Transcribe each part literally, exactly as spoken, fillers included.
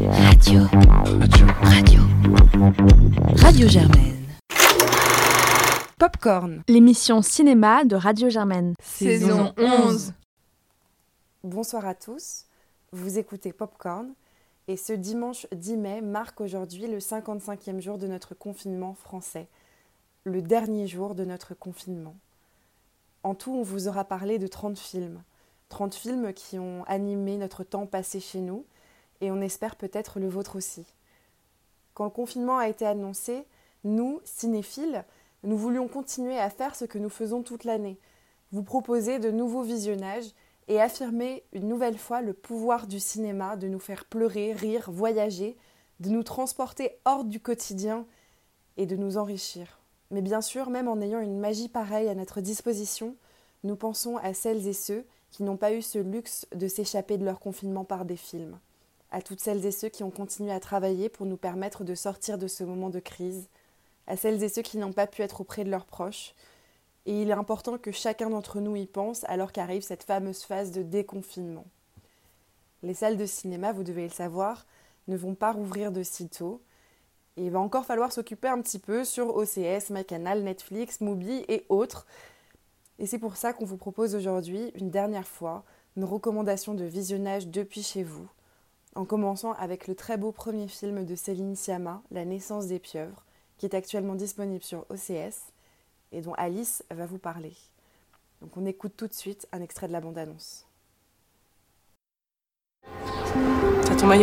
Radio. Radio. Radio. Radio Germaine. Popcorn, l'émission cinéma de Radio Germaine. Saison onze. Bonsoir à tous, vous écoutez Popcorn et ce dimanche dix mai marque aujourd'hui le cinquante-cinquième jour de notre confinement français, le dernier jour de notre confinement. En tout, on vous aura parlé de trente films, trente films qui ont animé notre temps passé chez nous et on espère peut-être le vôtre aussi. Quand le confinement a été annoncé, nous, cinéphiles, nous voulions continuer à faire ce que nous faisons toute l'année, vous proposer de nouveaux visionnages et affirmer une nouvelle fois le pouvoir du cinéma de nous faire pleurer, rire, voyager, de nous transporter hors du quotidien et de nous enrichir. Mais bien sûr, même en ayant une magie pareille à notre disposition, nous pensons à celles et ceux qui n'ont pas eu ce luxe de s'échapper de leur confinement par des films, à toutes celles et ceux qui ont continué à travailler pour nous permettre de sortir de ce moment de crise, à celles et ceux qui n'ont pas pu être auprès de leurs proches. Et il est important que chacun d'entre nous y pense alors qu'arrive cette fameuse phase de déconfinement. Les salles de cinéma, vous devez le savoir, ne vont pas rouvrir de sitôt. Et il va encore falloir s'occuper un petit peu sur O C S, MyCanal, Netflix, Mubi et autres. Et c'est pour ça qu'on vous propose aujourd'hui, une dernière fois, une recommandation de visionnage depuis chez vous, en commençant avec le très beau premier film de Céline Sciamma, La naissance des pieuvres, qui est actuellement disponible sur O C S et dont Alice va vous parler. Donc on écoute tout de suite un extrait de la bande-annonce. T'as ton maillot ?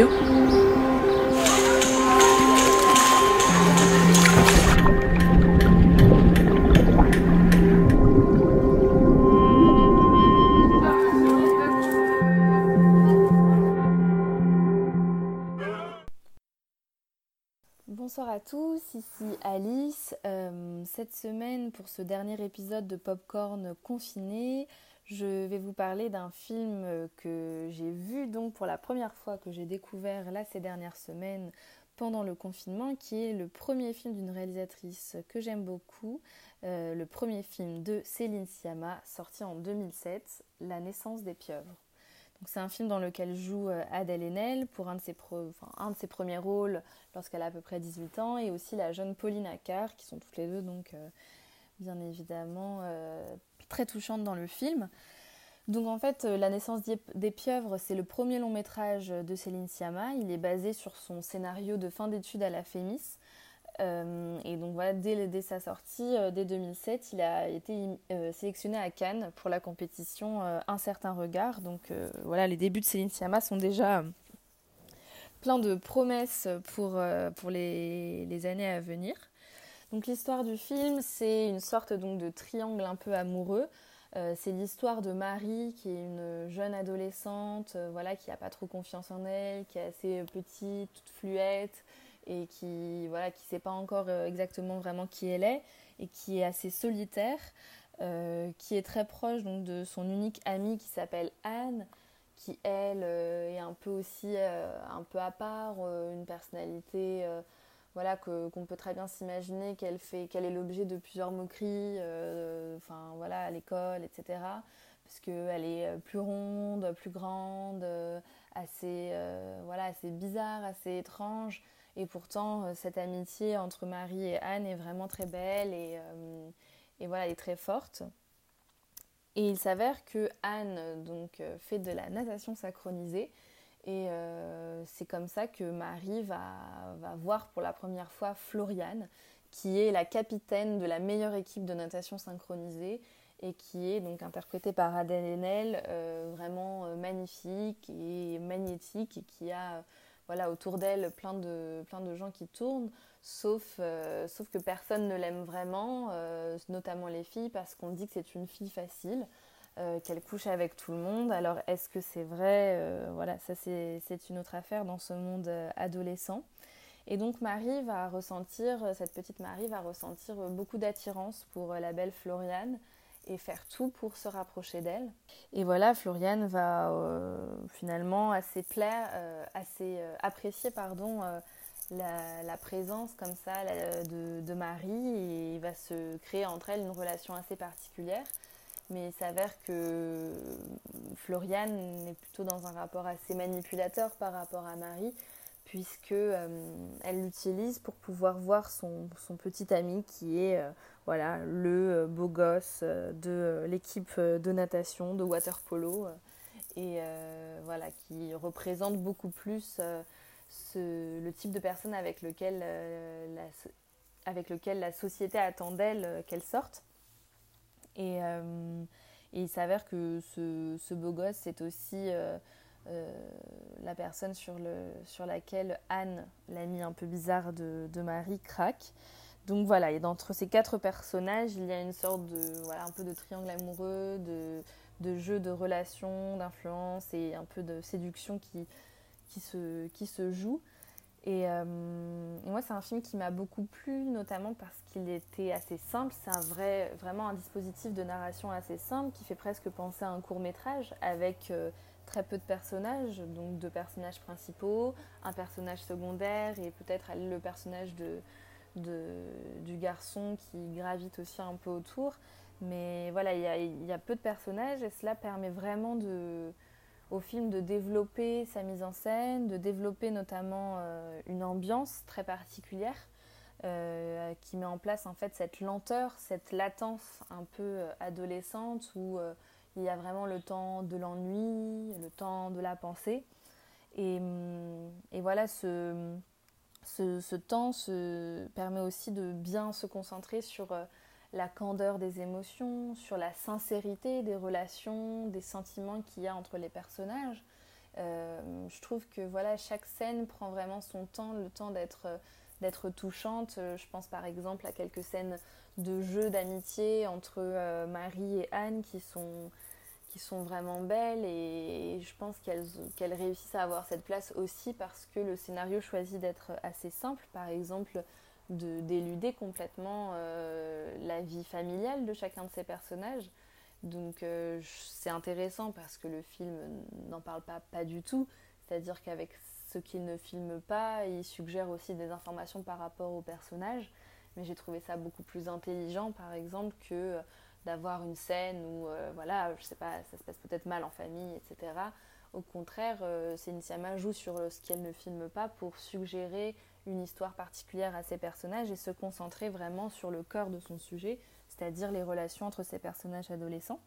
Bonsoir à tous, ici Alice. Euh, cette semaine, pour ce dernier épisode de Popcorn confiné, je vais vous parler d'un film que j'ai vu donc pour la première fois, que j'ai découvert là ces dernières semaines pendant le confinement, qui est le premier film d'une réalisatrice que j'aime beaucoup, euh, le premier film de Céline Sciamma, sorti en deux mille sept, La naissance des pieuvres. Donc, c'est un film dans lequel joue Adèle Haenel pour un de, ses pre... enfin, un de ses premiers rôles lorsqu'elle a à peu près dix-huit ans, et aussi la jeune Pauline Accart, qui sont toutes les deux donc euh, bien évidemment euh, très touchantes dans le film. Donc en fait, La naissance des pieuvres, c'est le premier long métrage de Céline Sciamma. Il est basé sur son scénario de fin d'études à la Fémis. Euh, et donc voilà, dès, dès sa sortie, euh, dès deux mille sept, il a été euh, sélectionné à Cannes pour la compétition euh, Un certain regard. Donc euh, voilà, les débuts de Céline Sciamma sont déjà euh, plein de promesses pour, euh, pour les, les années à venir. Donc l'histoire du film, c'est une sorte donc, de triangle un peu amoureux. Euh, c'est l'histoire de Marie, qui est une jeune adolescente, euh, voilà, qui n'a pas trop confiance en elle, qui est assez petite, toute fluette, et qui voilà qui sait pas encore exactement vraiment qui elle est et qui est assez solitaire, euh, qui est très proche donc de son unique amie qui s'appelle Anne, qui elle euh, est un peu aussi euh, un peu à part, euh, une personnalité euh, voilà que qu'on peut très bien s'imaginer qu'elle fait qu'elle est l'objet de plusieurs moqueries, euh, enfin voilà à l'école, et cetera. Parce qu'elle est plus ronde, plus grande, euh, assez euh, voilà assez bizarre, assez étrange. Et pourtant, cette amitié entre Marie et Anne est vraiment très belle et, euh, et voilà, elle est très forte. Et il s'avère que Anne donc, fait de la natation synchronisée et euh, c'est comme ça que Marie va, va voir pour la première fois Floriane, qui est la capitaine de la meilleure équipe de natation synchronisée et qui est donc interprétée par Adèle Haenel, euh, vraiment magnifique et magnétique, et qui a... Voilà, autour d'elle, plein de, plein de gens qui tournent, sauf, euh, sauf que personne ne l'aime vraiment, euh, notamment les filles, parce qu'on dit que c'est une fille facile, euh, qu'elle couche avec tout le monde. Alors, est-ce que c'est vrai ? euh, Voilà, ça c'est, c'est une autre affaire dans ce monde euh, adolescent. Et donc, Marie va ressentir, cette petite Marie va ressentir beaucoup d'attirance pour la belle Floriane, et faire tout pour se rapprocher d'elle. Et voilà, Floriane va euh, finalement assez plaire, euh, assez euh, apprécier pardon, euh, la, la présence comme ça la, de, de Marie, et il va se créer entre elles une relation assez particulière. Mais il s'avère que Floriane est plutôt dans un rapport assez manipulateur par rapport à Marie, puisque euh, elle l'utilise pour pouvoir voir son, son petit ami qui est euh, voilà, le euh, beau gosse euh, de euh, l'équipe euh, de natation, de water polo, euh, et euh, voilà, qui représente beaucoup plus euh, ce, le type de personne avec lequel, euh, la, avec lequel la société attend d'elle euh, qu'elle sorte. Et, euh, et il s'avère que ce, ce beau gosse, c'est aussi... Euh, Euh, la personne sur, le, sur laquelle Anne, l'amie un peu bizarre de, de Marie, craque. Donc voilà, et d'entre ces quatre personnages, il y a une sorte de, voilà, un peu de triangle amoureux, de, de jeu de relations, d'influence et un peu de séduction qui, qui, se, qui se joue. Et, euh, et moi, c'est un film qui m'a beaucoup plu, notamment parce qu'il était assez simple. C'est un vrai, vraiment un dispositif de narration assez simple qui fait presque penser à un court-métrage avec euh, très peu de personnages, donc deux personnages principaux, un personnage secondaire et peut-être le personnage de, de, du garçon qui gravite aussi un peu autour. Mais voilà, il y a, il y a peu de personnages et cela permet vraiment de... au film de développer sa mise en scène, de développer notamment euh, une ambiance très particulière euh, qui met en place en fait cette lenteur, cette latence un peu adolescente où euh, il y a vraiment le temps de l'ennui, le temps de la pensée. Et, et voilà, ce, ce, ce temps se permet aussi de bien se concentrer sur euh, la candeur des émotions, sur la sincérité des relations, des sentiments qu'il y a entre les personnages. Euh, je trouve que voilà, chaque scène prend vraiment son temps, le temps d'être, d'être touchante. Je pense par exemple à quelques scènes de jeu d'amitié entre euh, Marie et Anne qui sont, qui sont vraiment belles et je pense qu'elles, qu'elles réussissent à avoir cette place aussi parce que le scénario choisit d'être assez simple. Par exemple, de, d'éluder complètement euh, la vie familiale de chacun de ces personnages. Donc euh, c'est intéressant parce que le film n'en parle pas, pas du tout. C'est-à-dire qu'avec ce qu'il ne filme pas, il suggère aussi des informations par rapport aux personnages. Mais j'ai trouvé ça beaucoup plus intelligent, par exemple, que d'avoir une scène où, euh, voilà, je sais pas, ça se passe peut-être mal en famille, et cetera. Au contraire, euh, Sénitiama joue sur ce qu'elle ne filme pas pour suggérer une histoire particulière à ses personnages et se concentrer vraiment sur le cœur de son sujet, c'est-à-dire les relations entre ces personnages adolescents.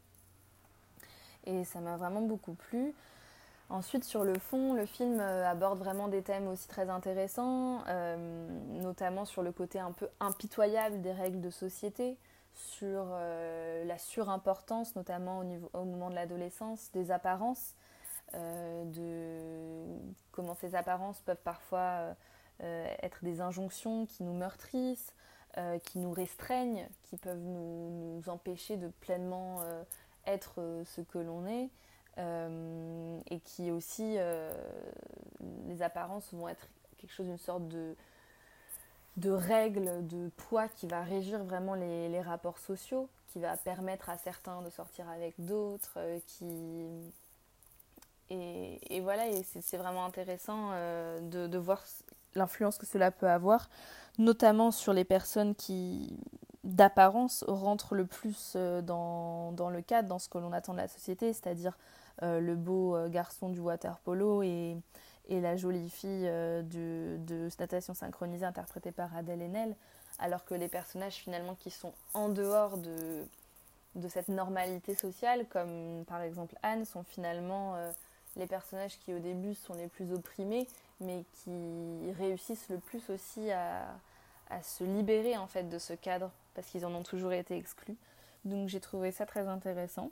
Et ça m'a vraiment beaucoup plu. Ensuite, sur le fond, le film aborde vraiment des thèmes aussi très intéressants, euh, notamment sur le côté un peu impitoyable des règles de société, sur euh, la surimportance, notamment au, niveau, au moment de l'adolescence, des apparences, euh, de comment ces apparences peuvent parfois euh, être des injonctions qui nous meurtrissent, euh, qui nous restreignent, qui peuvent nous, nous empêcher de pleinement euh, être ce que l'on est. Euh, et qui aussi, euh, les apparences vont être quelque chose, une sorte de, de règle, de poids qui va régir vraiment les, les rapports sociaux, qui va permettre à certains de sortir avec d'autres, euh, qui... Et, et voilà, et c'est, c'est vraiment intéressant euh, de, de voir l'influence que cela peut avoir, notamment sur les personnes qui, d'apparence, rentrent le plus dans, dans le cadre, dans ce que l'on attend de la société, c'est-à-dire Euh, le beau euh, garçon du water polo et, et la jolie fille euh, de, de natation synchronisée interprétée par Adèle Haenel, alors que les personnages finalement qui sont en dehors de, de cette normalité sociale, comme par exemple Anne, sont finalement euh, les personnages qui au début sont les plus opprimés, mais qui réussissent le plus aussi à, à se libérer en fait de ce cadre, parce qu'ils en ont toujours été exclus. Donc j'ai trouvé ça très intéressant.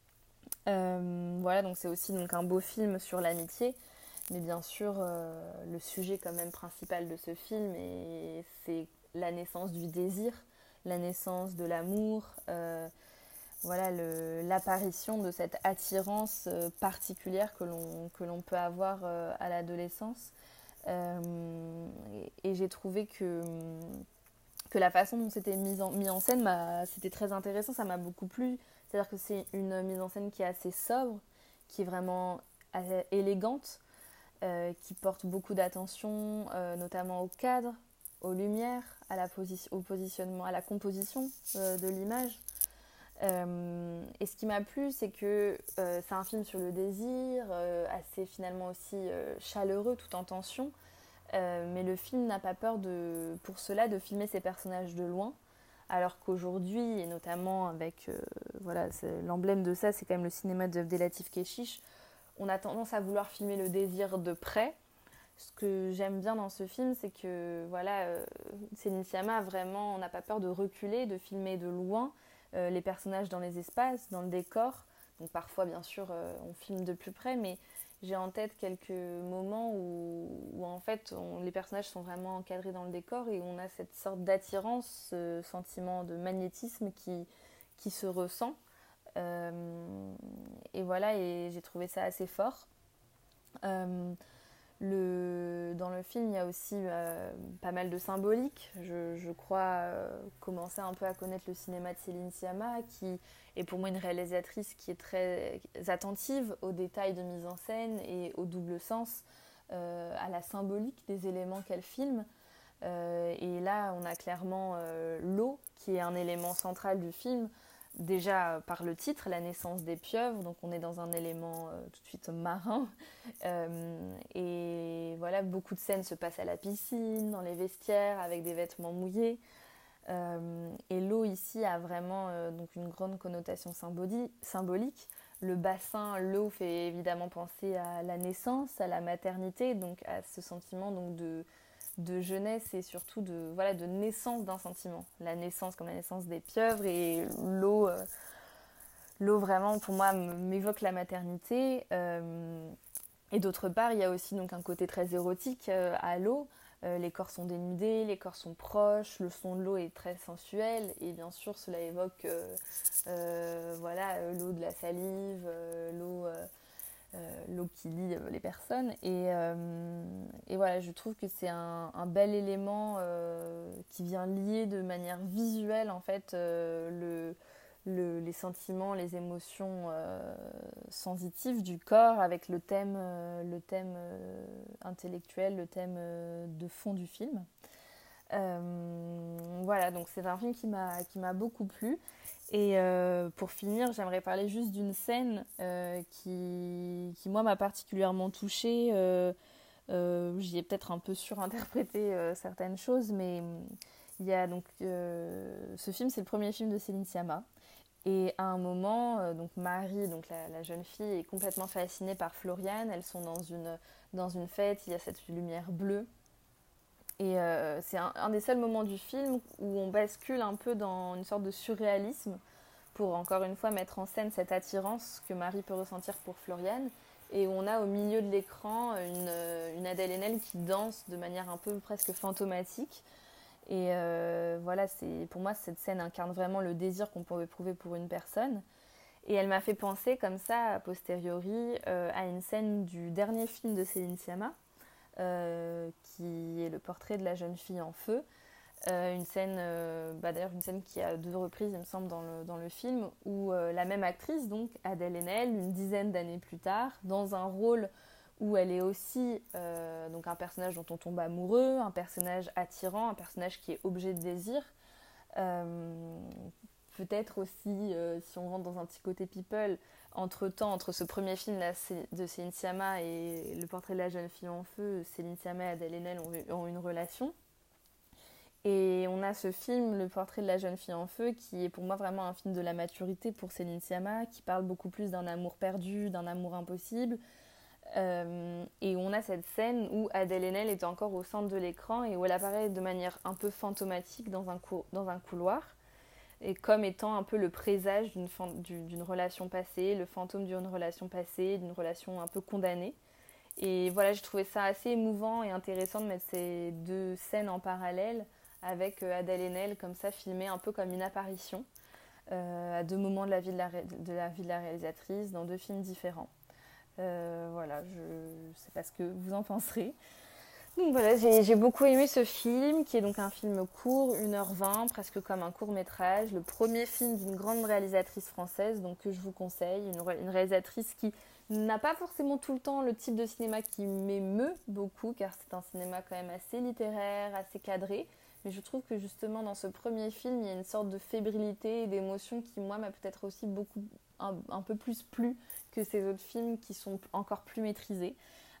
Euh, voilà, donc c'est aussi donc, un beau film sur l'amitié, mais bien sûr euh, le sujet quand même principal de ce film et c'est la naissance du désir, la naissance de l'amour, euh, voilà, le, l'apparition de cette attirance euh, particulière que l'on, que l'on peut avoir euh, à l'adolescence. Euh, et, et j'ai trouvé que, que la façon dont c'était mis en, mis en scène, m'a, c'était très intéressant, ça m'a beaucoup plu. C'est-à-dire que c'est une mise en scène qui est assez sobre, qui est vraiment assez élégante, euh, qui porte beaucoup d'attention, euh, notamment au cadre, aux lumières, à la posi- au positionnement, à la composition euh, de l'image. Euh, et ce qui m'a plu, c'est que euh, c'est un film sur le désir, euh, assez finalement aussi euh, chaleureux, tout en tension, Euh, mais le film n'a pas peur de, pour cela de filmer ses personnages de loin, alors qu'aujourd'hui, et notamment avec euh, voilà, l'emblème de ça, c'est quand même le cinéma de Abdelatif Kechiche, on a tendance à vouloir filmer le désir de près. Ce que j'aime bien dans ce film, c'est que voilà, euh, Céline Sciamma, vraiment, on n'a pas peur de reculer, de filmer de loin euh, les personnages dans les espaces, dans le décor. Donc parfois, bien sûr, euh, on filme de plus près, mais j'ai en tête quelques moments où, où en fait, on, les personnages sont vraiment encadrés dans le décor et on a cette sorte d'attirance, ce sentiment de magnétisme qui, qui se ressent. Euh, et voilà, et j'ai trouvé ça assez fort. Euh, Le, dans le film, il y a aussi euh, pas mal de symbolique. Je, je crois euh, commencer un peu à connaître le cinéma de Céline Sciamma, qui est pour moi une réalisatrice qui est très attentive aux détails de mise en scène et au double sens, euh, à la symbolique des éléments qu'elle filme. Euh, et là, on a clairement euh, l'eau, qui est un élément central du film. Déjà par le titre, la naissance des pieuvres, donc on est dans un élément euh, tout de suite marin. Euh, et voilà, beaucoup de scènes se passent à la piscine, dans les vestiaires, avec des vêtements mouillés. Euh, et l'eau ici a vraiment euh, donc une grande connotation symboli- symbolique. Le bassin, l'eau fait évidemment penser à la naissance, à la maternité, donc à ce sentiment donc de... de jeunesse et surtout de, voilà, de naissance d'un sentiment. La naissance comme la naissance des pieuvres et l'eau, euh, l'eau vraiment pour moi m'évoque la maternité. Euh, et d'autre part, il y a aussi donc un côté très érotique euh, à l'eau. Euh, les corps sont dénudés, les corps sont proches, le son de l'eau est très sensuel et bien sûr cela évoque euh, euh, voilà, l'eau de la salive, euh, l'eau... Euh, Euh, l'eau qui lie euh, les personnes et, euh, et voilà, je trouve que c'est un, un bel élément euh, qui vient lier de manière visuelle en fait euh, le, le, les sentiments, les émotions euh, sensitives du corps avec le thème, euh, le thème euh, intellectuel, le thème euh, de fond du film. Euh, voilà, donc c'est un film qui m'a, qui m'a beaucoup plu. Et euh, pour finir, j'aimerais parler juste d'une scène euh, qui, qui, moi, m'a particulièrement touchée. Euh, euh, j'y ai peut-être un peu surinterprété euh, certaines choses, mais il y a donc... Euh, ce film, c'est le premier film de Céline Sciamma. Et à un moment, euh, donc Marie, donc la, la jeune fille, est complètement fascinée par Floriane. Elles sont dans une, dans une fête, il y a cette lumière bleue. Et euh, c'est un, un des seuls moments du film où on bascule un peu dans une sorte de surréalisme pour encore une fois mettre en scène cette attirance que Marie peut ressentir pour Floriane et où on a au milieu de l'écran une, une Adèle Haenel qui danse de manière un peu presque fantomatique. Et euh, voilà, c'est, pour moi, cette scène incarne vraiment le désir qu'on peut éprouver pour une personne. Et elle m'a fait penser comme ça, a posteriori, euh, à une scène du dernier film de Céline Sciamma, Euh, qui est le portrait de la jeune fille en feu. Euh, une scène, euh, bah d'ailleurs une scène qui a deux reprises, il me semble, dans le, dans le film, où euh, la même actrice, donc Adèle Haenel, une dizaine d'années plus tard, dans un rôle où elle est aussi euh, donc un personnage dont on tombe amoureux, un personnage attirant, un personnage qui est objet de désir. Euh, peut-être aussi, euh, si on rentre dans un petit côté people, entre-temps, entre ce premier film là, de Céline Sciamma et le portrait de la jeune fille en feu, Céline Sciamma et Adèle Haenel ont, ont une relation. Et on a ce film, le portrait de la jeune fille en feu, qui est pour moi vraiment un film de la maturité pour Céline Sciamma, qui parle beaucoup plus d'un amour perdu, d'un amour impossible. Euh, et on a cette scène où Adèle Haenel est encore au centre de l'écran et où elle apparaît de manière un peu fantomatique dans un, cou- dans un couloir. Et comme étant un peu le présage d'une, fan- d'une relation passée, le fantôme d'une relation passée, d'une relation un peu condamnée. Et voilà, j'ai trouvé ça assez émouvant et intéressant de mettre ces deux scènes en parallèle avec Adèle Haenel comme ça, filmée un peu comme une apparition euh, à deux moments de la, vie de, la ré- de la vie de la réalisatrice dans deux films différents. Euh, voilà, je ne sais pas ce que vous en penserez. Donc voilà, j'ai, j'ai beaucoup aimé ce film, qui est donc un film court, une heure vingt, presque comme un court-métrage. Le premier film d'une grande réalisatrice française, donc que je vous conseille. Une, une réalisatrice qui n'a pas forcément tout le temps le type de cinéma qui m'émeut beaucoup, car c'est un cinéma quand même assez littéraire, assez cadré. Mais je trouve que justement dans ce premier film, il y a une sorte de fébrilité et d'émotion qui, moi, m'a peut-être aussi beaucoup, un, un peu plus plu que ces autres films qui sont encore plus maîtrisés.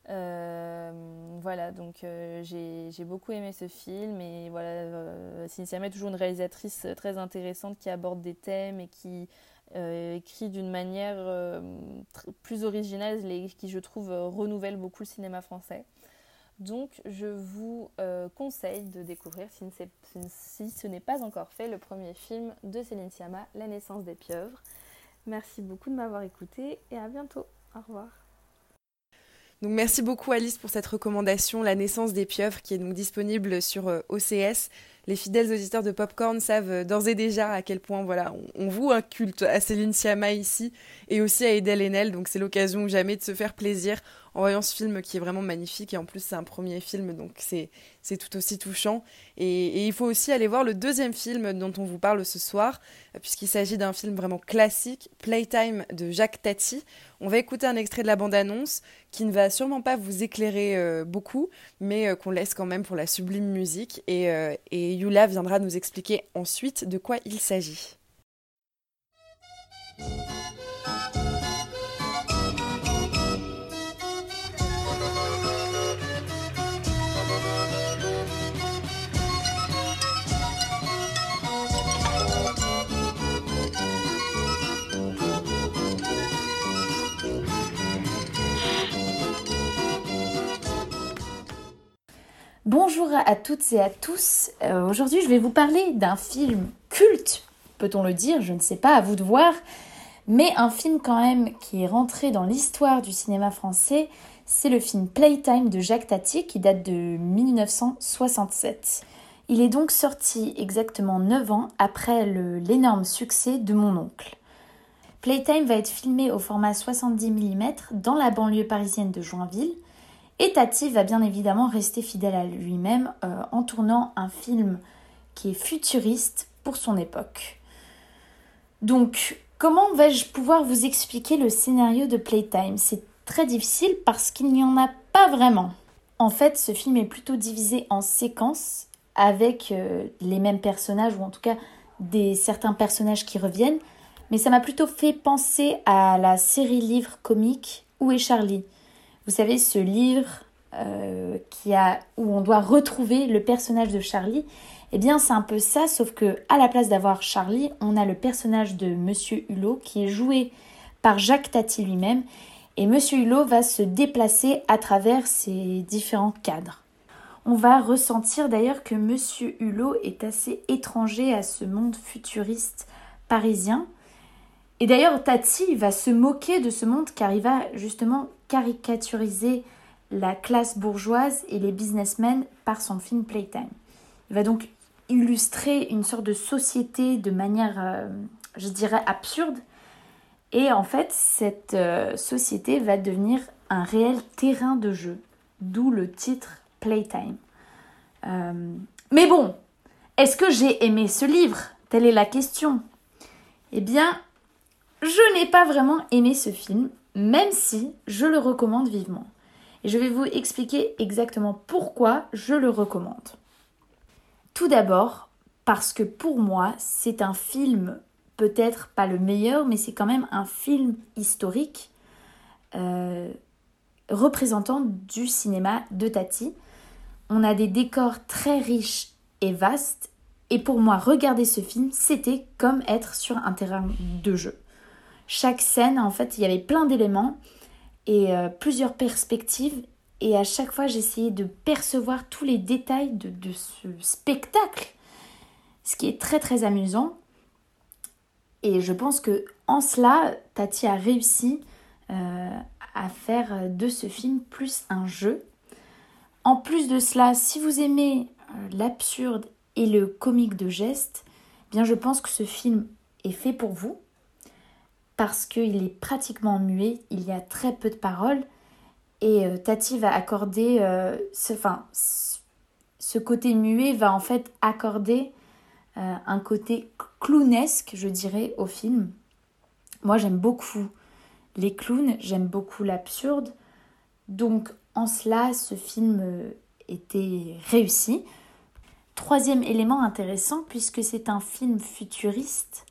Euh, voilà, donc euh, j'ai, j'ai beaucoup aimé ce film et voilà, euh, Cynthia May est toujours une réalisatrice très intéressante qui aborde des thèmes et qui euh, écrit d'une manière euh, tr- plus originale et qui, je trouve, euh, renouvelle beaucoup le cinéma français. Donc je vous euh, conseille de découvrir, si, si ce n'est pas encore fait, le premier film de Céline Sciamma, La naissance des pieuvres. Merci beaucoup de m'avoir écouté et à bientôt. Au revoir. Donc merci beaucoup Alice pour cette recommandation, La naissance des pieuvres, qui est donc disponible sur euh, O C S. Les fidèles auditeurs de Popcorn savent euh, d'ores et déjà à quel point voilà, on, on voue un culte à Céline Sciamma ici et aussi à Edel Haenel, donc c'est l'occasion jamais de se faire plaisir en voyant ce film qui est vraiment magnifique et en plus c'est un premier film donc c'est, c'est tout aussi touchant et, et il faut aussi aller voir le deuxième film dont on vous parle ce soir puisqu'il s'agit d'un film vraiment classique, Playtime de Jacques Tati. On va écouter un extrait de la bande-annonce qui ne va sûrement pas vous éclairer euh, beaucoup mais euh, qu'on laisse quand même pour la sublime musique et, euh, et Yula viendra nous expliquer ensuite de quoi il s'agit. Bonjour à toutes et à tous. Euh, aujourd'hui, je vais vous parler d'un film culte, peut-on le dire, je ne sais pas, à vous de voir, mais un film quand même qui est rentré dans l'histoire du cinéma français, c'est le film Playtime de Jacques Tati qui date de dix-neuf cent soixante-sept. Il est donc sorti exactement neuf ans après le, l'énorme succès de Mon oncle. Playtime va être filmé au format soixante-dix millimètres dans la banlieue parisienne de Joinville. Et Tati va bien évidemment rester fidèle à lui-même euh, en tournant un film qui est futuriste pour son époque. Donc, comment vais-je pouvoir vous expliquer le scénario de Playtime ? C'est très difficile parce qu'il n'y en a pas vraiment. En fait, ce film est plutôt divisé en séquences avec euh, les mêmes personnages, ou en tout cas des, certains personnages qui reviennent. Mais ça m'a plutôt fait penser à la série livre comique Où est Charlie ? Vous savez, ce livre euh, qui a, où on doit retrouver le personnage de Charlie, eh bien c'est un peu ça, sauf que à la place d'avoir Charlie, on a le personnage de Monsieur Hulot qui est joué par Jacques Tati lui-même. Et Monsieur Hulot va se déplacer à travers ces différents cadres. On va ressentir d'ailleurs que Monsieur Hulot est assez étranger à ce monde futuriste parisien. Et d'ailleurs, Tati va se moquer de ce monde car il va justement caricaturiser la classe bourgeoise et les businessmen par son film Playtime. Il va donc illustrer une sorte de société de manière, euh, je dirais, absurde. Et en fait, cette euh, société va devenir un réel terrain de jeu, d'où le titre Playtime. Euh, mais bon, est-ce que j'ai aimé ce livre ? Telle est la question. Eh bien, je n'ai pas vraiment aimé ce film, même si je le recommande vivement. Et je vais vous expliquer exactement pourquoi je le recommande. Tout d'abord, parce que pour moi, c'est un film, peut-être pas le meilleur, mais c'est quand même un film historique euh, représentant du cinéma de Tati. On a des décors très riches et vastes, et pour moi, regarder ce film, c'était comme être sur un terrain de jeu. Chaque scène, en fait, il y avait plein d'éléments et euh, plusieurs perspectives. Et à chaque fois, j'essayais de percevoir tous les détails de, de ce spectacle. Ce qui est très, très amusant. Et je pense qu'en cela, Tati a réussi euh, à faire de ce film plus un jeu. En plus de cela, si vous aimez euh, l'absurde et le comique de geste, eh bien je pense que ce film est fait pour vous. Parce qu'il est pratiquement muet, il y a très peu de paroles et euh, Tati va accorder, euh, ce, enfin, ce côté muet va en fait accorder euh, un côté clownesque, je dirais, au film. Moi, j'aime beaucoup les clowns, j'aime beaucoup l'absurde, donc en cela, ce film euh, était réussi. Troisième élément intéressant, puisque c'est un film futuriste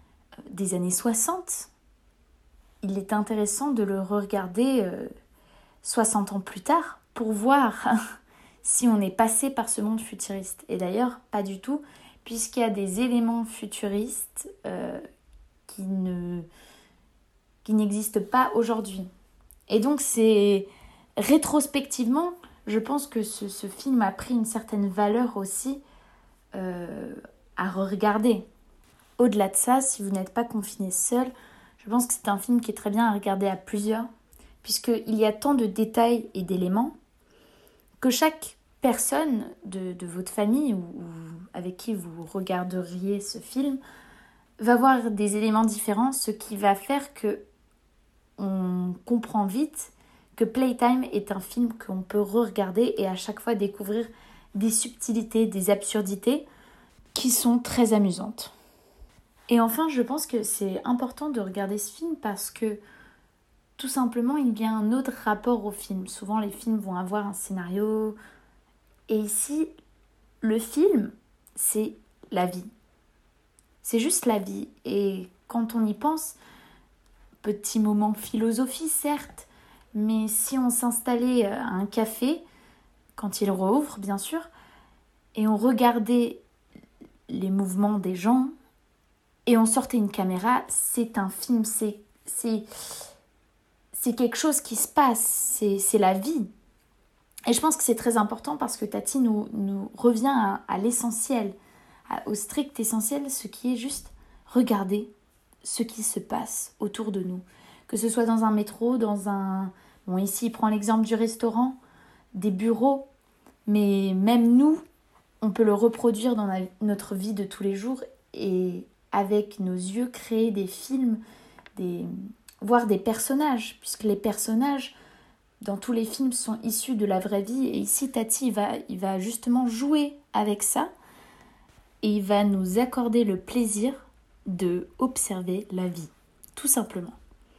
des années soixante, il est intéressant de le regarder euh, soixante ans plus tard pour voir si on est passé par ce monde futuriste. Et d'ailleurs, pas du tout, puisqu'il y a des éléments futuristes euh, qui ne, qui n'existent pas aujourd'hui. Et donc, c'est rétrospectivement, je pense que ce, ce film a pris une certaine valeur aussi euh, à regarder. Au-delà de ça, si vous n'êtes pas confiné seul, je pense que c'est un film qui est très bien à regarder à plusieurs, puisqu'il y a tant de détails et d'éléments que chaque personne de, de votre famille ou, ou avec qui vous regarderiez ce film va voir des éléments différents, ce qui va faire que on comprend vite que Playtime est un film qu'on peut re-regarder et à chaque fois découvrir des subtilités, des absurdités qui sont très amusantes. Et enfin, je pense que c'est important de regarder ce film parce que tout simplement, il y a un autre rapport au film. Souvent, les films vont avoir un scénario. Et ici, le film, c'est la vie. C'est juste la vie. Et quand on y pense, petit moment philosophie, certes, mais si on s'installait à un café, quand il rouvre, bien sûr, et on regardait les mouvements des gens, et on sortait une caméra, c'est un film, c'est, c'est, c'est quelque chose qui se passe, c'est, c'est la vie. Et je pense que c'est très important parce que Tati nous, nous revient à, à l'essentiel, à, au strict essentiel, ce qui est juste regarder ce qui se passe autour de nous. Que ce soit dans un métro, dans un... Bon, ici, il prend l'exemple du restaurant, des bureaux, mais même nous, on peut le reproduire dans la, notre vie de tous les jours et avec nos yeux créer des films, des, voire des personnages, puisque les personnages dans tous les films sont issus de la vraie vie. Et ici, Tati, il va, il va justement jouer avec ça et il va nous accorder le plaisir de observer la vie, tout simplement.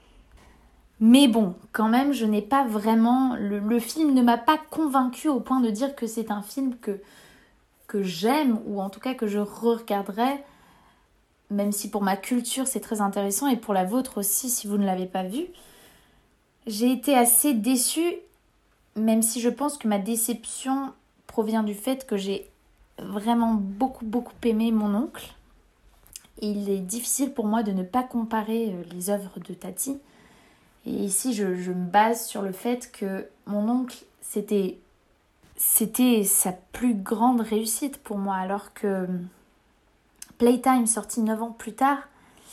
Mais bon, quand même, je n'ai pas vraiment... Le, le film ne m'a pas convaincue au point de dire que c'est un film que, que j'aime, ou en tout cas que je re-regarderai, même si pour ma culture c'est très intéressant, et pour la vôtre aussi si vous ne l'avez pas vu. J'ai été assez déçue, même si je pense que ma déception provient du fait que j'ai vraiment beaucoup, beaucoup aimé mon oncle. Et il est difficile pour moi de ne pas comparer les œuvres de Tati. Et ici, je, je me base sur le fait que mon oncle, c'était, c'était sa plus grande réussite pour moi, alors que Playtime, sorti neuf ans plus tard,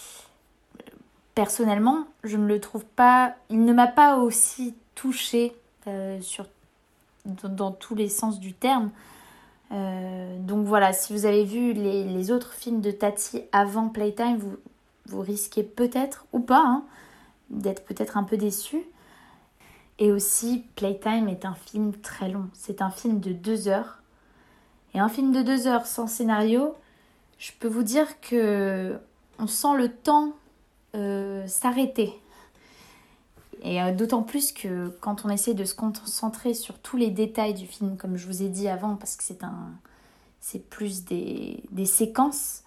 personnellement, je ne le trouve pas... Il ne m'a pas aussi touchée euh, sur, dans, dans tous les sens du terme. Euh, donc voilà, si vous avez vu les, les autres films de Tati avant Playtime, vous, vous risquez peut-être, ou pas, hein, d'être peut-être un peu déçu. Et aussi, Playtime est un film très long. C'est un film de deux heures. Et un film de deux heures sans scénario, je peux vous dire que on sent le temps euh, s'arrêter. Et euh, d'autant plus que quand on essaie de se concentrer sur tous les détails du film, comme je vous ai dit avant, parce que c'est un, c'est plus des, des séquences,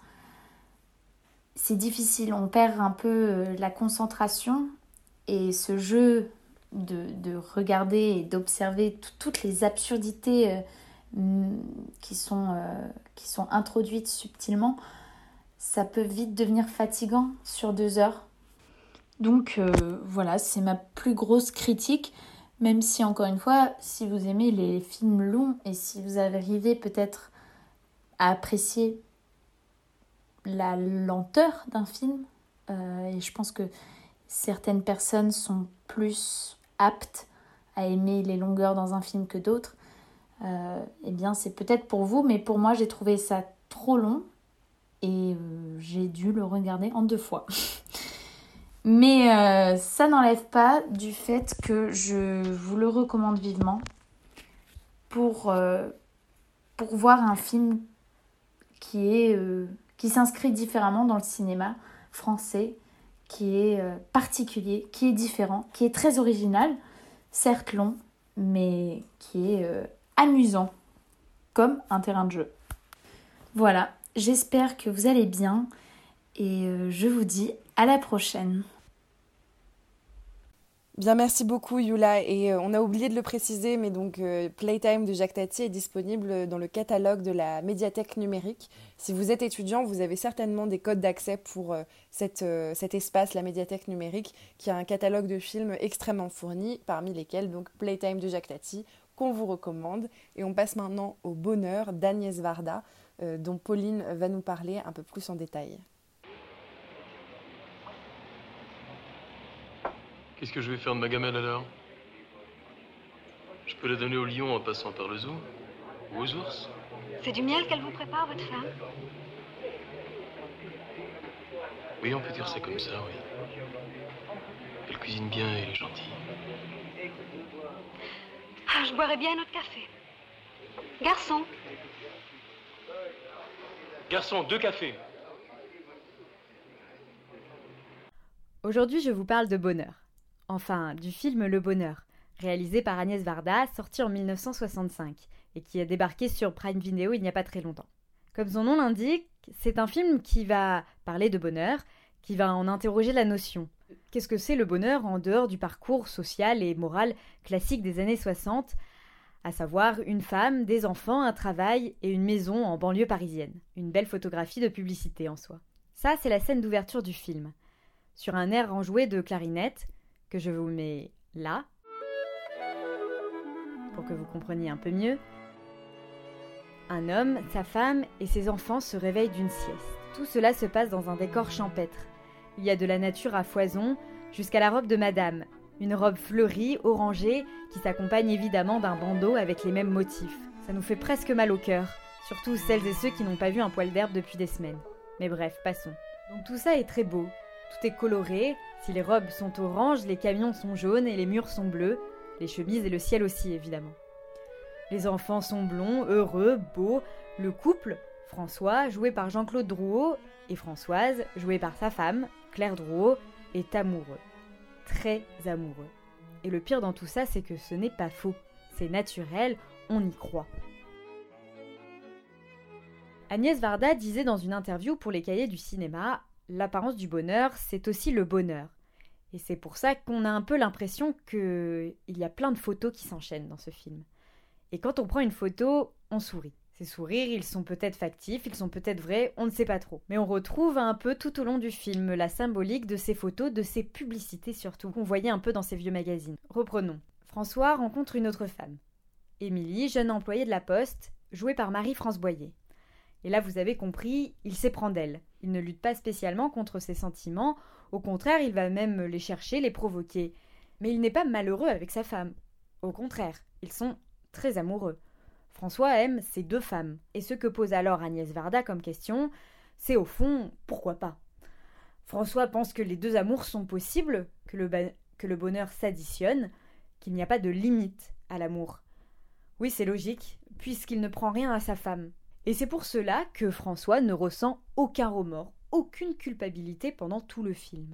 c'est difficile. On perd un peu euh, la concentration et ce jeu de, de regarder et d'observer t- toutes les absurdités euh, qui sont, euh, qui sont introduites subtilement, ça peut vite devenir fatigant sur deux heures. Donc euh, voilà, c'est ma plus grosse critique, même si encore une fois, si vous aimez les films longs et si vous arrivez peut-être à apprécier la lenteur d'un film, euh, et je pense que certaines personnes sont plus aptes à aimer les longueurs dans un film que d'autres, euh, eh bien c'est peut-être pour vous, mais pour moi j'ai trouvé ça trop long et euh, j'ai dû le regarder en deux fois. Mais euh, ça n'enlève pas du fait que je vous le recommande vivement pour, euh, pour voir un film qui, est, euh, qui s'inscrit différemment dans le cinéma français, qui est euh, particulier, qui est différent, qui est très original, certes long, mais qui est euh, amusant, comme un terrain de jeu. Voilà, j'espère que vous allez bien et euh, je vous dis à la prochaine. Bien, merci beaucoup Yula. Et euh, on a oublié de le préciser, mais donc euh, Playtime de Jacques Tati est disponible dans le catalogue de la médiathèque numérique. Si vous êtes étudiant, vous avez certainement des codes d'accès pour euh, cette, euh, cet espace, la médiathèque numérique, qui a un catalogue de films extrêmement fourni, parmi lesquels donc Playtime de Jacques Tati, qu'on vous recommande. Et on passe maintenant au Bonheur d'Agnès Varda, euh, dont Pauline va nous parler un peu plus en détail. Qu'est-ce que je vais faire de ma gamelle alors? Je peux la donner au lion en passant par le zoo? Ou aux ours? C'est du miel qu'elle vous prépare, votre femme? Oui, on peut dire ça comme ça, oui. Elle cuisine bien et elle est gentille. Ah, je boirais bien un autre café. Garçon. Garçon, deux cafés. Aujourd'hui, je vous parle de Bonheur. Enfin, du film Le Bonheur, réalisé par Agnès Varda, sorti en mille neuf cent soixante-cinq, et qui a débarqué sur Prime Video il n'y a pas très longtemps. Comme son nom l'indique, c'est un film qui va parler de bonheur, qui va en interroger la notion. Qu'est-ce que c'est le bonheur en dehors du parcours social et moral classique des années soixante, à savoir une femme, des enfants, un travail et une maison en banlieue parisienne. Une belle photographie de publicité en soi. Ça, c'est la scène d'ouverture du film. Sur un air enjoué de clarinette, que je vous mets là, pour que vous compreniez un peu mieux. Un homme, sa femme et ses enfants se réveillent d'une sieste. Tout cela se passe dans un décor champêtre. Il y a de la nature à foison, jusqu'à la robe de madame, une robe fleurie, orangée, qui s'accompagne évidemment d'un bandeau avec les mêmes motifs. Ça nous fait presque mal au cœur, surtout celles et ceux qui n'ont pas vu un poil d'herbe depuis des semaines. Mais bref, passons. Donc tout ça est très beau. Tout est coloré, si les robes sont oranges, les camions sont jaunes et les murs sont bleus, les chemises et le ciel aussi évidemment. Les enfants sont blonds, heureux, beaux, le couple, François, joué par Jean-Claude Drouot, et Françoise, jouée par sa femme, Claire Drouot, est amoureux. Très amoureux. Et le pire dans tout ça, c'est que ce n'est pas faux, c'est naturel, on y croit. Agnès Varda disait dans une interview pour les Cahiers du cinéma: l'apparence du bonheur, c'est aussi le bonheur. Et c'est pour ça qu'on a un peu l'impression qu'il y a plein de photos qui s'enchaînent dans ce film. Et quand on prend une photo, on sourit. Ces sourires, ils sont peut-être factifs, ils sont peut-être vrais, on ne sait pas trop. Mais on retrouve un peu tout au long du film la symbolique de ces photos, de ces publicités surtout, qu'on voyait un peu dans ces vieux magazines. Reprenons. François rencontre une autre femme. Émilie, jeune employée de la Poste, jouée par Marie-France Boyer. Et là, vous avez compris, il s'éprend d'elle. Il ne lutte pas spécialement contre ses sentiments, au contraire, il va même les chercher, les provoquer. Mais il n'est pas malheureux avec sa femme. Au contraire, ils sont très amoureux. François aime ces deux femmes. Et ce que pose alors Agnès Varda comme question, c'est au fond, pourquoi pas? François pense que les deux amours sont possibles, que le, ba- que le bonheur s'additionne, qu'il n'y a pas de limite à l'amour. Oui, c'est logique, puisqu'il ne prend rien à sa femme. Et c'est pour cela que François ne ressent aucun remords, aucune culpabilité pendant tout le film.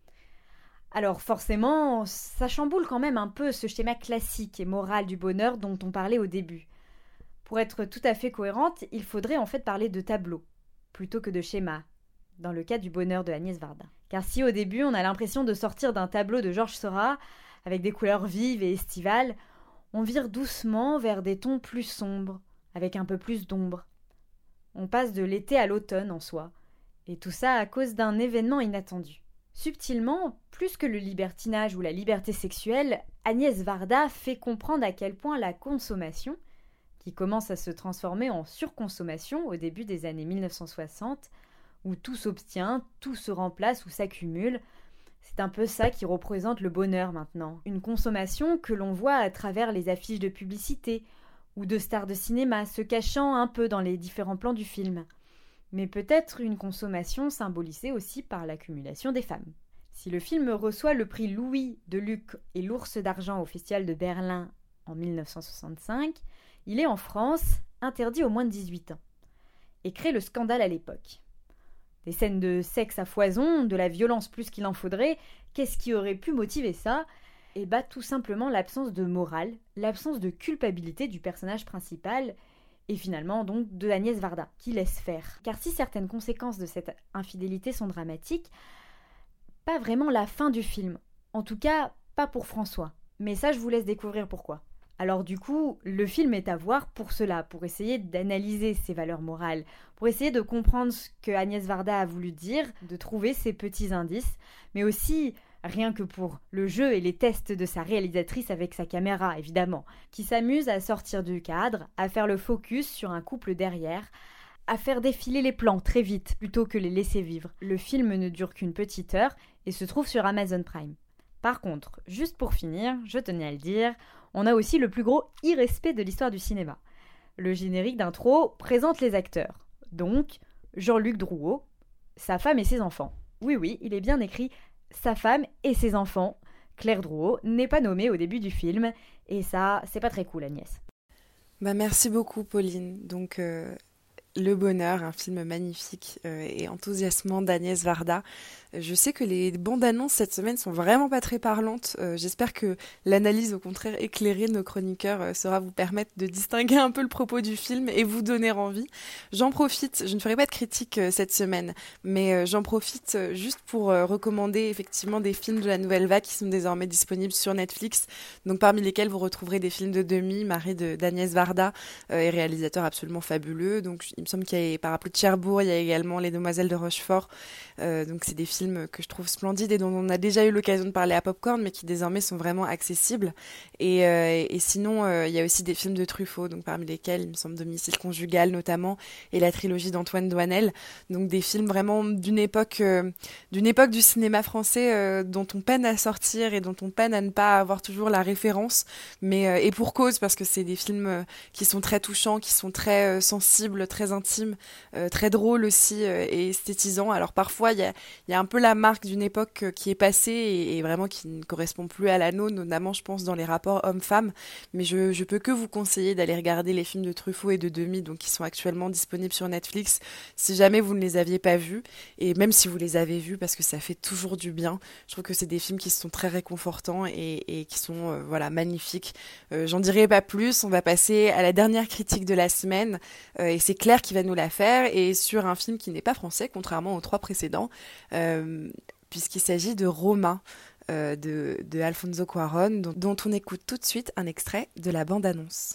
Alors forcément, ça chamboule quand même un peu ce schéma classique et moral du bonheur dont on parlait au début. Pour être tout à fait cohérente, il faudrait en fait parler de tableau, plutôt que de schéma, dans le cas du bonheur de Agnès Varda. Car si au début on a l'impression de sortir d'un tableau de Georges Seurat, avec des couleurs vives et estivales, on vire doucement vers des tons plus sombres, avec un peu plus d'ombre. On passe de l'été à l'automne en soi, et tout ça à cause d'un événement inattendu. Subtilement, plus que le libertinage ou la liberté sexuelle, Agnès Varda fait comprendre à quel point la consommation, qui commence à se transformer en surconsommation au début des années mille neuf cent soixante, où tout s'obtient, tout se remplace ou s'accumule, c'est un peu ça qui représente le bonheur maintenant. Une consommation que l'on voit à travers les affiches de publicité, ou de stars de cinéma se cachant un peu dans les différents plans du film. Mais peut-être une consommation symbolisée aussi par l'accumulation des femmes. Si le film reçoit le prix Louis de Luc et l'Ours d'Argent au Festival de Berlin en mille neuf cent soixante-cinq, il est en France interdit aux moins de dix-huit ans et crée le scandale à l'époque. Des scènes de sexe à foison, de la violence plus qu'il en faudrait, qu'est-ce qui aurait pu motiver ça ? Et bah tout simplement l'absence de morale, l'absence de culpabilité du personnage principal, et finalement donc de Agnès Varda, qui laisse faire. Car si certaines conséquences de cette infidélité sont dramatiques, pas vraiment la fin du film. En tout cas, pas pour François. Mais ça, je vous laisse découvrir pourquoi. Alors du coup, le film est à voir pour cela, pour essayer d'analyser ses valeurs morales, pour essayer de comprendre ce que Agnès Varda a voulu dire, de trouver ses petits indices, mais aussi, rien que pour le jeu et les tests de sa réalisatrice avec sa caméra, évidemment, qui s'amuse à sortir du cadre, à faire le focus sur un couple derrière, à faire défiler les plans très vite plutôt que les laisser vivre. Le film ne dure qu'une petite heure et se trouve sur Amazon Prime. Par contre, juste pour finir, je tenais à le dire, on a aussi le plus gros irrespect de l'histoire du cinéma. Le générique d'intro présente les acteurs. Donc, Jean-Luc Drouot, sa femme et ses enfants. Oui, oui, il est bien écrit « sa femme et ses enfants ». Claire Drouot n'est pas nommée au début du film, et ça, c'est pas très cool, Agnès. Bah, merci beaucoup, Pauline. Donc, euh, Le Bonheur, un film magnifique euh, et enthousiasmant d'Agnès Varda. Je sais que les bandes annonces cette semaine sont vraiment pas très parlantes. Euh, j'espère que l'analyse, au contraire éclairée de nos chroniqueurs, euh, saura vous permettre de distinguer un peu le propos du film et vous donner envie. J'en profite, je ne ferai pas de critique euh, cette semaine, mais euh, j'en profite euh, juste pour euh, recommander effectivement des films de la Nouvelle Vague qui sont désormais disponibles sur Netflix, donc parmi lesquels vous retrouverez des films de Demi, mari de, d'Agnès Varda, euh, et réalisateur absolument fabuleux. Donc il me semble qu'il y a Parapluie de Cherbourg, il y a également Les Demoiselles de Rochefort. Euh, donc c'est des films que je trouve splendides et dont on a déjà eu l'occasion de parler à Popcorn, mais qui désormais sont vraiment accessibles. Et, euh, et sinon, euh, il y a aussi des films de Truffaut, donc parmi lesquels, il me semble, Domicile conjugal notamment, et la trilogie d'Antoine Doinel. Donc des films vraiment d'une époque, euh, d'une époque du cinéma français euh, dont on peine à sortir et dont on peine à ne pas avoir toujours la référence. Mais euh, et pour cause, parce que c'est des films euh, qui sont très touchants, qui sont très euh, sensibles, très intimes, euh, très drôles aussi euh, et esthétisants. Alors parfois, il y a, il y a un peu la marque d'une époque qui est passée et, et vraiment qui ne correspond plus à la nôtre, notamment je pense dans les rapports hommes-femmes, mais je, je peux que vous conseiller d'aller regarder les films de Truffaut et de Demy, donc qui sont actuellement disponibles sur Netflix, si jamais vous ne les aviez pas vus, et même si vous les avez vus, parce que ça fait toujours du bien. Je trouve que c'est des films qui sont très réconfortants et, et qui sont euh, voilà, magnifiques. Euh, j'en dirai pas plus, on va passer à la dernière critique de la semaine, euh, et c'est Claire qui va nous la faire, et sur un film qui n'est pas français, contrairement aux trois précédents, euh, puisqu'il s'agit de Roma euh, de, de Alfonso Cuarón, dont, dont on écoute tout de suite un extrait de la bande-annonce.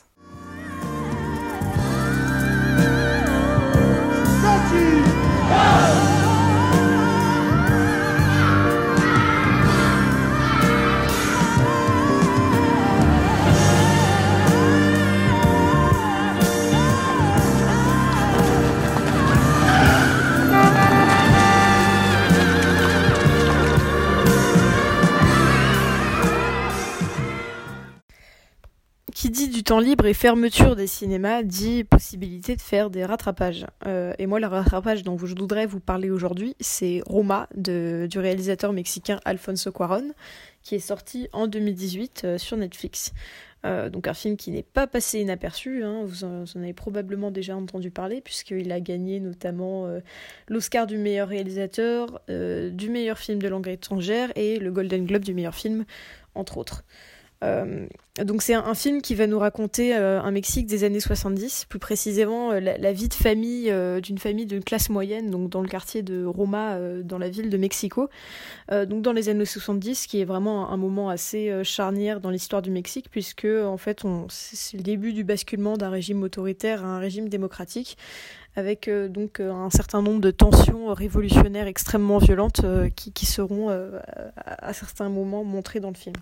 Qui dit du temps libre et fermeture des cinémas dit possibilité de faire des rattrapages. Euh, et moi, le rattrapage dont je voudrais vous parler aujourd'hui, c'est Roma, de, du réalisateur mexicain Alfonso Cuarón, qui est sorti en deux mille dix-huit euh, sur Netflix. Euh, donc un film qui n'est pas passé inaperçu, hein, vous, en, vous en avez probablement déjà entendu parler, puisqu'il a gagné notamment euh, l'Oscar du meilleur réalisateur, euh, du meilleur film de langue étrangère et le Golden Globe du meilleur film, entre autres. Euh, donc c'est un, un film qui va nous raconter euh, un Mexique des années soixante-dix, plus précisément euh, la, la vie de famille euh, d'une famille de classe moyenne, donc dans le quartier de Roma, euh, dans la ville de Mexico, euh, donc dans les années soixante-dix, qui est vraiment un, un moment assez euh, charnière dans l'histoire du Mexique, puisque en fait on, c'est le début du basculement d'un régime autoritaire à un régime démocratique, avec euh, donc euh, un certain nombre de tensions révolutionnaires extrêmement violentes euh, qui, qui seront euh, à, à certains moments montrées dans le film.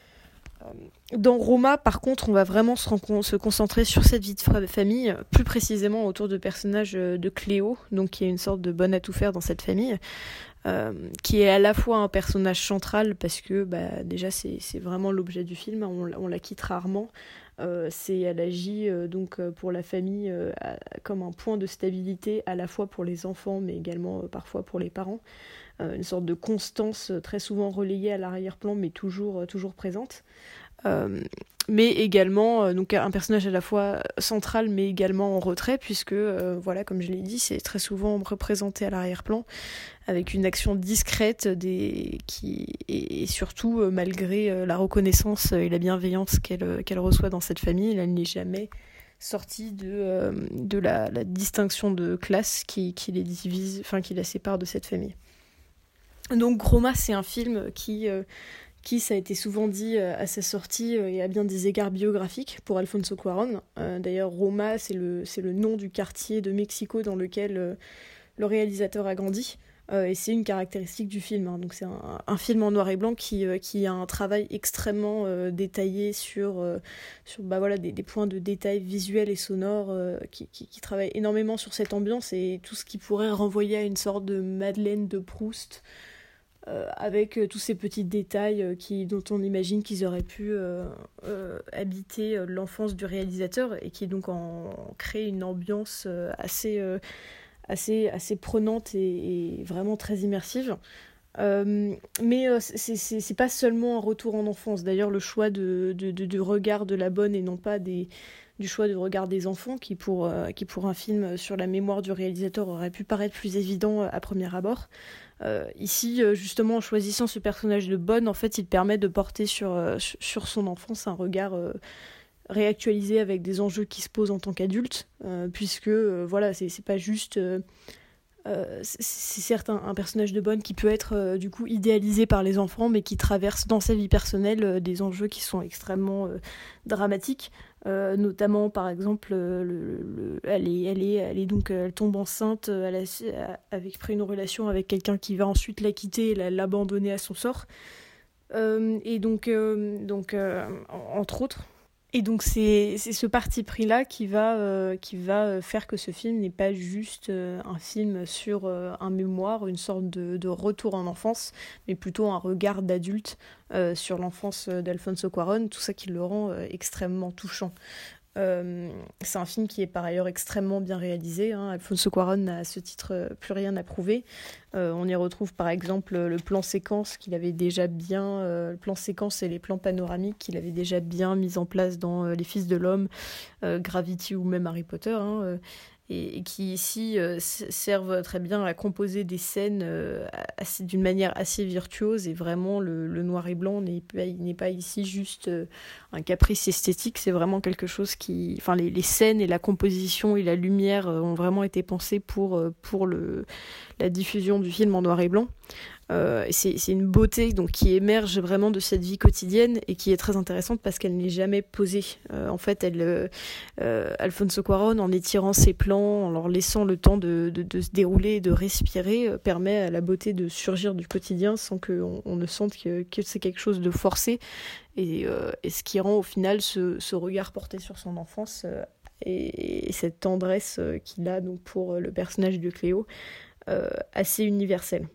Dans Roma, par contre, on va vraiment se, rencon- se concentrer sur cette vie de famille, plus précisément autour du personnage de Cléo, donc qui est une sorte de bonne à tout faire dans cette famille, euh, qui est à la fois un personnage central parce que bah, déjà c'est, c'est vraiment l'objet du film, on, on la quitte rarement. Euh, c'est, elle agit euh, donc pour la famille euh, à, comme un point de stabilité à la fois pour les enfants mais également euh, parfois pour les parents, euh, une sorte de constance euh, très souvent relayée à l'arrière-plan mais toujours, euh, toujours présente. Euh, mais également euh, donc un personnage à la fois central mais également en retrait puisque euh, voilà, comme je l'ai dit, c'est très souvent représenté à l'arrière-plan avec une action discrète des qui et, et surtout euh, malgré euh, la reconnaissance et la bienveillance qu'elle qu'elle reçoit dans cette famille, elle n'est jamais sortie de euh, de la, la distinction de classe qui qui les divise, enfin qui la sépare de cette famille. Donc Roma, c'est un film qui euh, qui, ça a été souvent dit à sa sortie et à bien des égards biographiques pour Alfonso Cuarón. Euh, d'ailleurs, Roma, c'est le, c'est le nom du quartier de Mexico dans lequel euh, le réalisateur a grandi. Euh, et c'est une caractéristique du film. Hein. Donc c'est un, un film en noir et blanc qui, euh, qui a un travail extrêmement euh, détaillé sur, euh, sur bah, voilà, des, des points de détail visuels et sonores, euh, qui, qui, qui travaille énormément sur cette ambiance et tout ce qui pourrait renvoyer à une sorte de Madeleine de Proust, euh, avec euh, tous ces petits détails euh, qui, dont on imagine qu'ils auraient pu euh, euh, habiter euh, l'enfance du réalisateur et qui donc en, en crée une ambiance euh, assez... Euh, assez, assez prenante et, et vraiment très immersive. Euh, mais euh, c'est, c'est, c'est pas seulement un retour en enfance. D'ailleurs, le choix de, de, de, de regard de la bonne et non pas des, du choix de regard des enfants, qui pour, euh, qui pour un film sur la mémoire du réalisateur aurait pu paraître plus évident à premier abord. Euh, ici, justement, en choisissant ce personnage de bonne, en fait, il permet de porter sur, euh, sur son enfance un regard... Euh, réactualisé avec des enjeux qui se posent en tant qu'adulte, euh, puisque euh, voilà, c'est, c'est pas juste euh, euh, c'est, c'est certes un, un personnage de bonne qui peut être euh, du coup idéalisé par les enfants, mais qui traverse dans sa vie personnelle euh, des enjeux qui sont extrêmement euh, dramatiques, euh, notamment par exemple euh, le, le, elle est elle est elle est donc elle tombe enceinte, elle a, avec pris une relation avec quelqu'un qui va ensuite la quitter et la, l'abandonner à son sort, euh, et donc euh, donc euh, entre autres. Et donc c'est, c'est ce parti pris-là qui va, euh, qui va faire que ce film n'est pas juste euh, un film sur euh, un mémoire, une sorte de, de retour en enfance, mais plutôt un regard d'adulte euh, sur l'enfance d'Alfonso Cuarón, tout ça qui le rend euh, extrêmement touchant. Euh, c'est un film qui est par ailleurs extrêmement bien réalisé, hein. Alfonso Cuarón n'a à ce titre plus rien à prouver. Euh, on y retrouve par exemple le plan séquence qu'il avait déjà bien, euh, le plan séquence et les plans panoramiques qu'il avait déjà bien mis en place dans euh, Les Fils de l'Homme, euh, Gravity ou même Harry Potter, hein, euh, et, et qui ici euh, servent très bien à composer des scènes euh, assez, d'une manière assez virtuose, et vraiment le, le noir et blanc n'est pas, il n'est pas ici juste euh, un caprice esthétique, c'est vraiment quelque chose qui... Enfin, les, les scènes et la composition et la lumière euh, ont vraiment été pensées pour, euh, pour le, la diffusion du film en noir et blanc. Euh, c'est, c'est une beauté donc, qui émerge vraiment de cette vie quotidienne et qui est très intéressante parce qu'elle n'est jamais posée. Euh, en fait, elle, euh, euh, Alfonso Cuarón, en étirant ses plans, en leur laissant le temps de, de, de se dérouler et de respirer, euh, permet à la beauté de surgir du quotidien sans qu'on on ne sente que, que c'est quelque chose de forcé. Et, euh, et ce qui rend au final ce, ce regard porté sur son enfance euh, et, et cette tendresse euh, qu'il a donc, pour le personnage de Cléo euh, assez universel.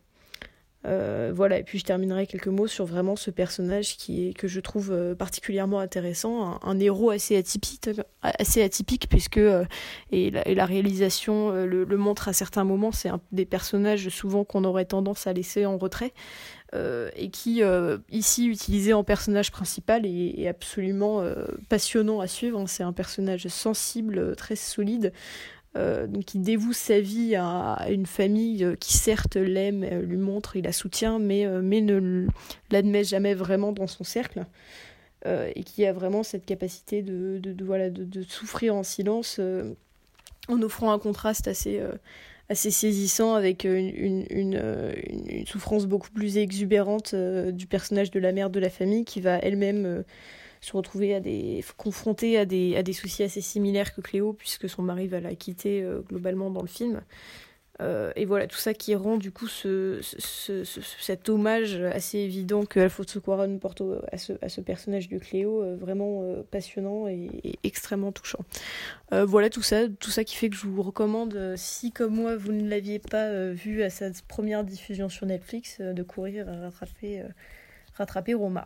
Euh, voilà, et puis je terminerai quelques mots sur vraiment ce personnage qui est, que je trouve euh, particulièrement intéressant, un, un héros assez atypique, assez atypique puisque, euh, et, la, et la réalisation euh, le, le montre à certains moments, c'est un des personnages souvent qu'on aurait tendance à laisser en retrait, euh, et qui, euh, ici, utilisé en personnage principal, est, est absolument euh, passionnant à suivre. C'est un personnage sensible, très solide, Euh, donc qui dévoue sa vie à, à une famille euh, qui certes l'aime, euh, lui montre, il la soutient, mais, euh, mais ne l'admet jamais vraiment dans son cercle, euh, et qui a vraiment cette capacité de, de, de, voilà, de, de souffrir en silence, euh, en offrant un contraste assez, euh, assez saisissant avec une, une, une, une, une souffrance beaucoup plus exubérante euh, du personnage de la mère de la famille, qui va elle-même euh, se retrouver à des, confrontée à des, à des soucis assez similaires que Cléo, puisque son mari va la quitter euh, globalement dans le film. Euh, et voilà, tout ça qui rend du coup ce, ce, ce, cet hommage assez évident que Alfonso Cuarón porte au, à, ce, à ce personnage de Cléo euh, vraiment euh, passionnant et, et extrêmement touchant. Euh, voilà, tout ça, tout ça qui fait que je vous recommande, euh, si comme moi vous ne l'aviez pas euh, vu à sa première diffusion sur Netflix, euh, de courir à rattraper, euh, rattraper Roma.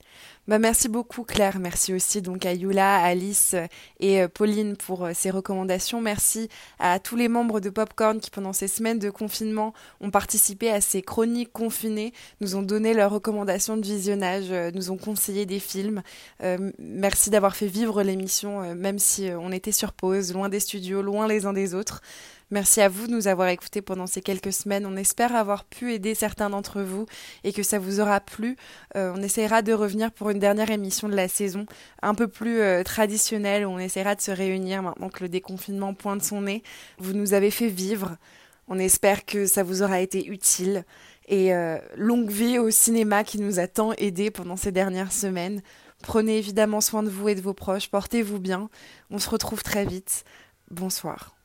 Bah merci beaucoup Claire, merci aussi donc à Yula, Alice et Pauline pour ces recommandations. Merci à tous les membres de Popcorn qui pendant ces semaines de confinement ont participé à ces chroniques confinées, nous ont donné leurs recommandations de visionnage, nous ont conseillé des films. Euh, merci d'avoir fait vivre l'émission même si on était sur pause, loin des studios, loin les uns des autres. Merci à vous de nous avoir écoutés pendant ces quelques semaines. On espère avoir pu aider certains d'entre vous et que ça vous aura plu. Euh, on essaiera de revenir pour une dernière émission de la saison, un peu plus euh, traditionnelle, où on essaiera de se réunir maintenant que le déconfinement pointe son nez. Vous nous avez fait vivre. On espère que ça vous aura été utile. Et euh, longue vie au cinéma qui nous a tant aidés pendant ces dernières semaines. Prenez évidemment soin de vous et de vos proches, portez-vous bien. On se retrouve très vite. Bonsoir.